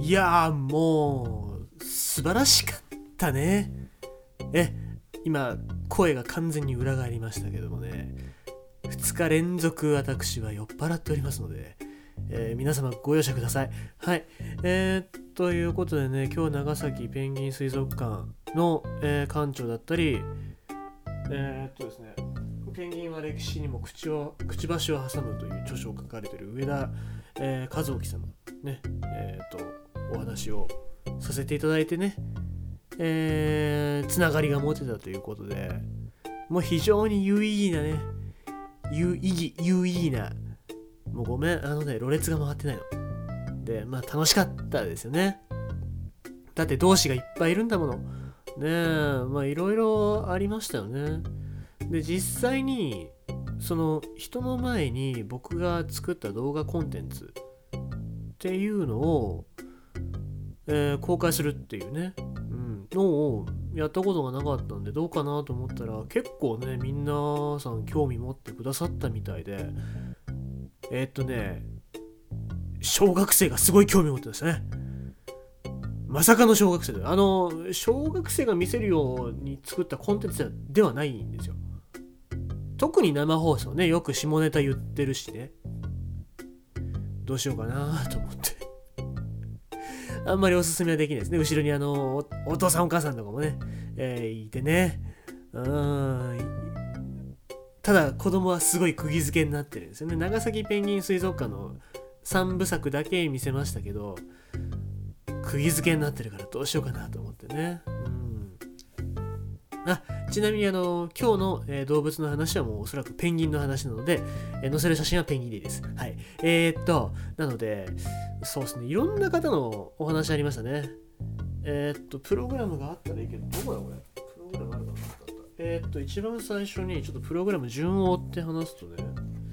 いやーもう素晴らしかったね。今声が完全に裏返りましたけどもね、2日連続私は酔っ払っておりますので、皆様ご容赦ください。はい。ということでね、今日長崎ペンギン水族館の、館長だったり、ですね、ペンギンは歴史にもくちばしを挟むという著書を書かれている上田、和興様ね、お話をさせていただいてね、つながりが持てたということで、もう非常に有意義なね、有意義な、もうごめん、ろれつが回ってないので、まあ楽しかったですよね。だって同志がいっぱいいるんだものね。まあいろいろありましたよね。で、実際にその人の前に僕が作った動画コンテンツっていうのを、公開するっていうね、のをやったことがなかったんで、どうかなと思ったら結構ね、みんなさん興味持ってくださったみたいで、小学生がすごい興味持ってましたね。まさかの小学生で、小学生が見せるように作ったコンテンツではないんですよ。特に生放送ね、よく下ネタ言ってるしね、どうしようかなと思ってあんまりおすすめはできないですね。後ろにお父さんお母さんとかもね、いてね、ただ子供はすごい釘付けになってるんですよね。長崎ペンギン水族館の3部作だけ見せましたけど、釘付けになってるからどうしようかなと思ってね。ちなみに今日の、動物の話はもうおそらくペンギンの話なので、載せる写真はペンギンでいいです。はい。なので、そうですね、いろんな方のお話ありましたね。プログラムがあったらいいけど、どこだこれ？プログラムあるかな？一番最初にちょっとプログラム順を追って話すとね、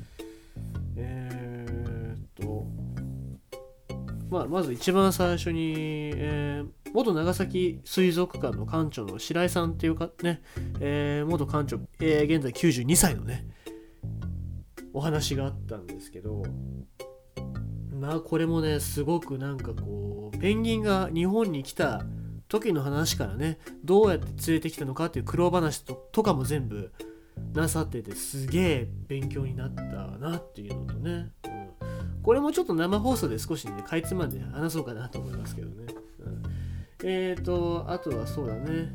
まず一番最初に、元長崎水族館の館長の白井さんっていうかね、元館長、現在92歳のね、お話があったんですけど、まあこれもね、すごくなんかこう、ペンギンが日本に来た時の話からね、どうやって連れてきたのかっていう苦労話とかも全部なさってて、すげえ勉強になったなっていうのとね、これもちょっと生放送で少しね、かいつまんで話そうかなと思いますけどね。あとはそうだね、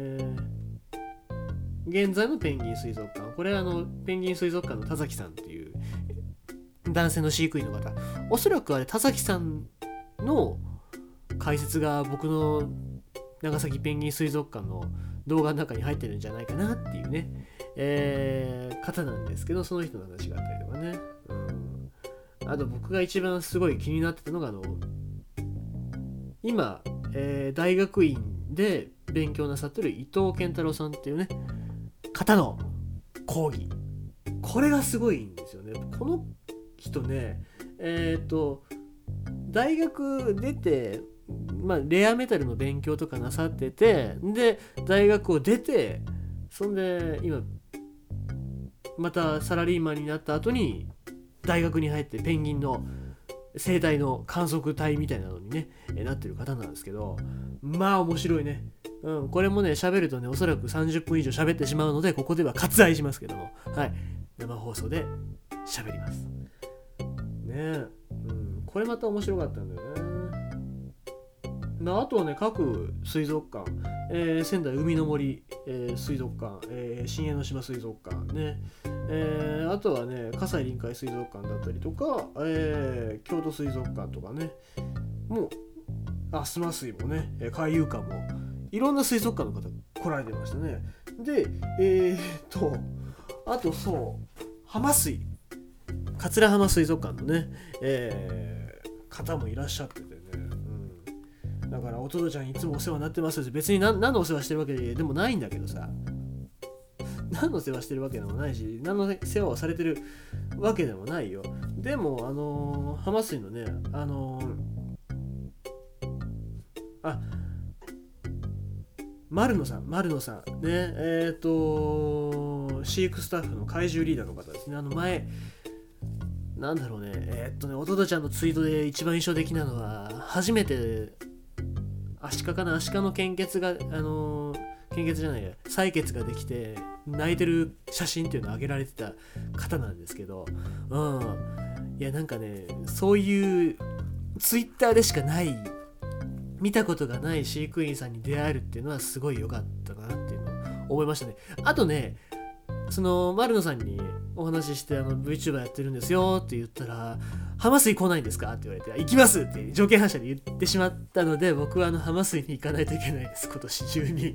現在のペンギン水族館。これはペンギン水族館の田崎さんっていう男性の飼育員の方。おそらくあれ、田崎さんの解説が僕の長崎ペンギン水族館の動画の中に入ってるんじゃないかなっていうね、方なんですけど、その人の話があったりとかね。あと僕が一番すごい気になってたのが今、大学院で勉強なさってる伊藤健太郎さんっていうね方の講義、これがすごいんですよね。この人ね、大学出て、レアメタルの勉強とかなさってて、で大学を出て、そんで今またサラリーマンになった後に大学に入ってペンギンの生態の観測隊みたいなのにね、なってる方なんですけど、まあ面白いね。これもね、喋るとね、おそらく30分以上喋ってしまうので、ここでは割愛しますけども、はい、生放送で喋りますね。これまた面白かったんだよね。あとはね、各水族館、仙台海の森、水族館、新江ノ島水族館ね、あとはね、葛西臨海水族館だったりとか、京都水族館とかね、もう須磨水もね、海遊館もいろんな水族館の方来られてましたね。で、あとそう浜水、桂浜水族館のね、方もいらっしゃっててね、だからおとどちゃんいつもお世話になってます。別に何のお世話してるわけでもないんだけどさ、何の世話してるわけでもないし、何の世話をされてるわけでもないよ。でも浜水のね、丸野さんね、飼育スタッフの怪獣リーダーの方ですね。前なんだろうね、弟ちゃんのツイートで一番印象的なのは、初めてアシカの献血が献血じゃないや、採血ができて泣いてる写真っていうのを上げられてた方なんですけど、いやなんかね、そういうツイッターでしかない、見たことがない飼育員さんに出会えるっていうのはすごい良かったかなっていうのを思いましたね。あとね、その丸野さんにお話ししてVTuber やってるんですよって言ったら、浜水来ないんですかって言われて、行きますって条件反射で言ってしまったので、僕は浜水に行かないといけないです、今年中に。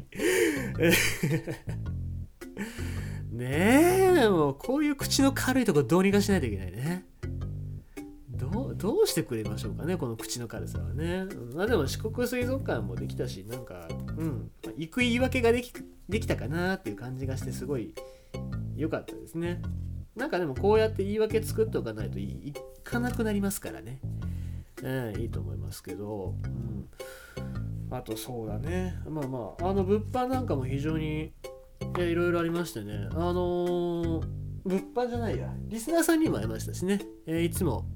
ねえ、もうこういう口の軽いとこどうにかしないといけないね。どうしてくれましょうかね、この口の軽さはね。まあでも四国水族館もできたし、なんか行く言い訳ができたかなっていう感じがして、すごい良かったですね。なんかでもこうやって言い訳作っておかないといかなくなりますからね。いいと思いますけど、あとそうだね、物販なんかも非常にいろいろありましてね、物販じゃないや、リスナーさんにも会いましたしね、いつも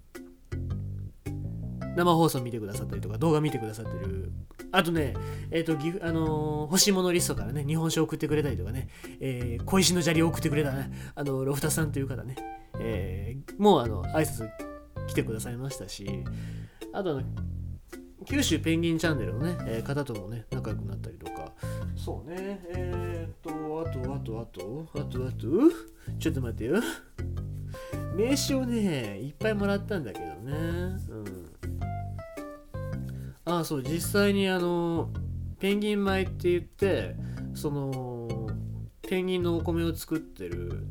生放送見てくださったりとか動画見てくださってる、あとね、欲しいものリストからね、日本酒を送ってくれたりとかね、小石の砂利を送ってくれたね、ロフタさんという方ね、もう挨拶来てくださいましたし、あと九州ペンギンチャンネルのね、方ともね、仲良くなったりとか、そうね、あと、ちょっと待ってよ。名刺をね、いっぱいもらったんだけどね。そう、実際にペンギン米って言って、その、ペンギンのお米を作ってる、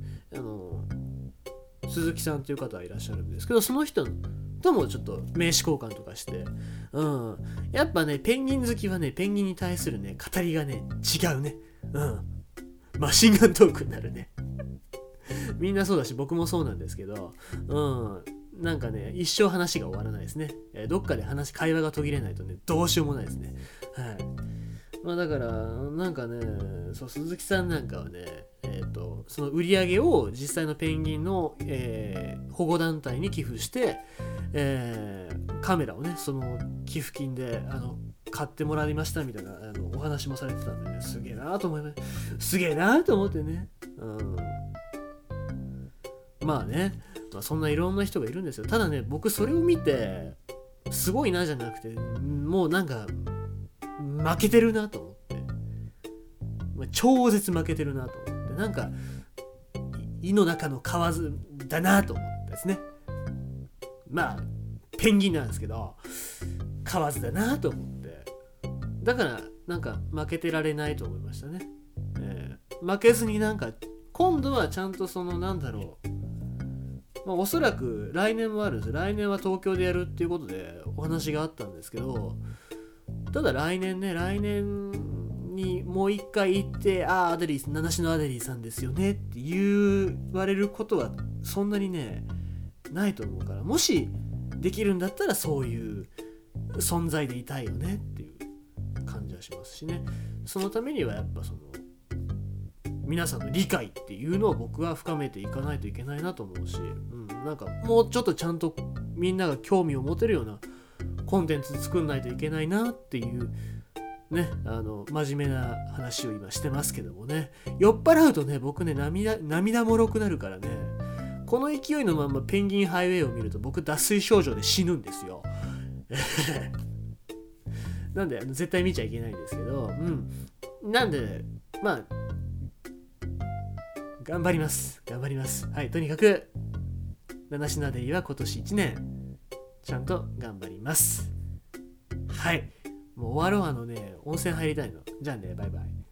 鈴木さんという方がいらっしゃるんですけど、その人ともちょっと名刺交換とかして、やっぱね、ペンギン好きはね、ペンギンに対するね、語りがね、違うね。マシンガントークになるね。みんなそうだし、僕もそうなんですけど、なんかね、一生話が終わらないですね。どっかで会話が途切れないとね、どうしようもないですね。はい。だから、なんかね、そう、鈴木さんなんかはね、その売り上げを実際のペンギンの、保護団体に寄付して、カメラをね、その寄付金で買ってもらいましたみたいなお話もされてたんでね、すげえなと思ってね。まあね、そんないろんな人がいるんですよ。ただね、僕それを見てすごいなじゃなくて、もうなんか負けてるなと思って、超絶負けてるなと思って、なんか胃の中の蛙だなと思ったですね。ペンギンなんですけど、蛙だなと思って、だからなんか負けてられないと思いましたね。負けずになんか今度はちゃんとそのなんだろう、おそらく来年もあるんです。来年は東京でやるっていうことでお話があったんですけど、ただ来年にもう一回行って、アデリー、七種のアデリーさんですよねって言われることはそんなにねないと思うから、もしできるんだったらそういう存在でいたいよねっていう感じはしますしね。そのためにはやっぱその皆さんの理解っていうのを僕は深めていかないといけないなと思うし、なんかもうちょっとちゃんとみんなが興味を持てるようなコンテンツ作んないといけないなっていうね、真面目な話を今してますけどもね、酔っ払うとね、僕ね、涙もろくなるからね、この勢いのままペンギンハイウェイを見ると僕脱水症状で死ぬんですよ。なんで絶対見ちゃいけないんですけど、なんで頑張ります。はい、とにかく七種のアデリーは今年1年ちゃんと頑張ります。はい、もう終わろう。温泉入りたいの。じゃあね、バイバイ。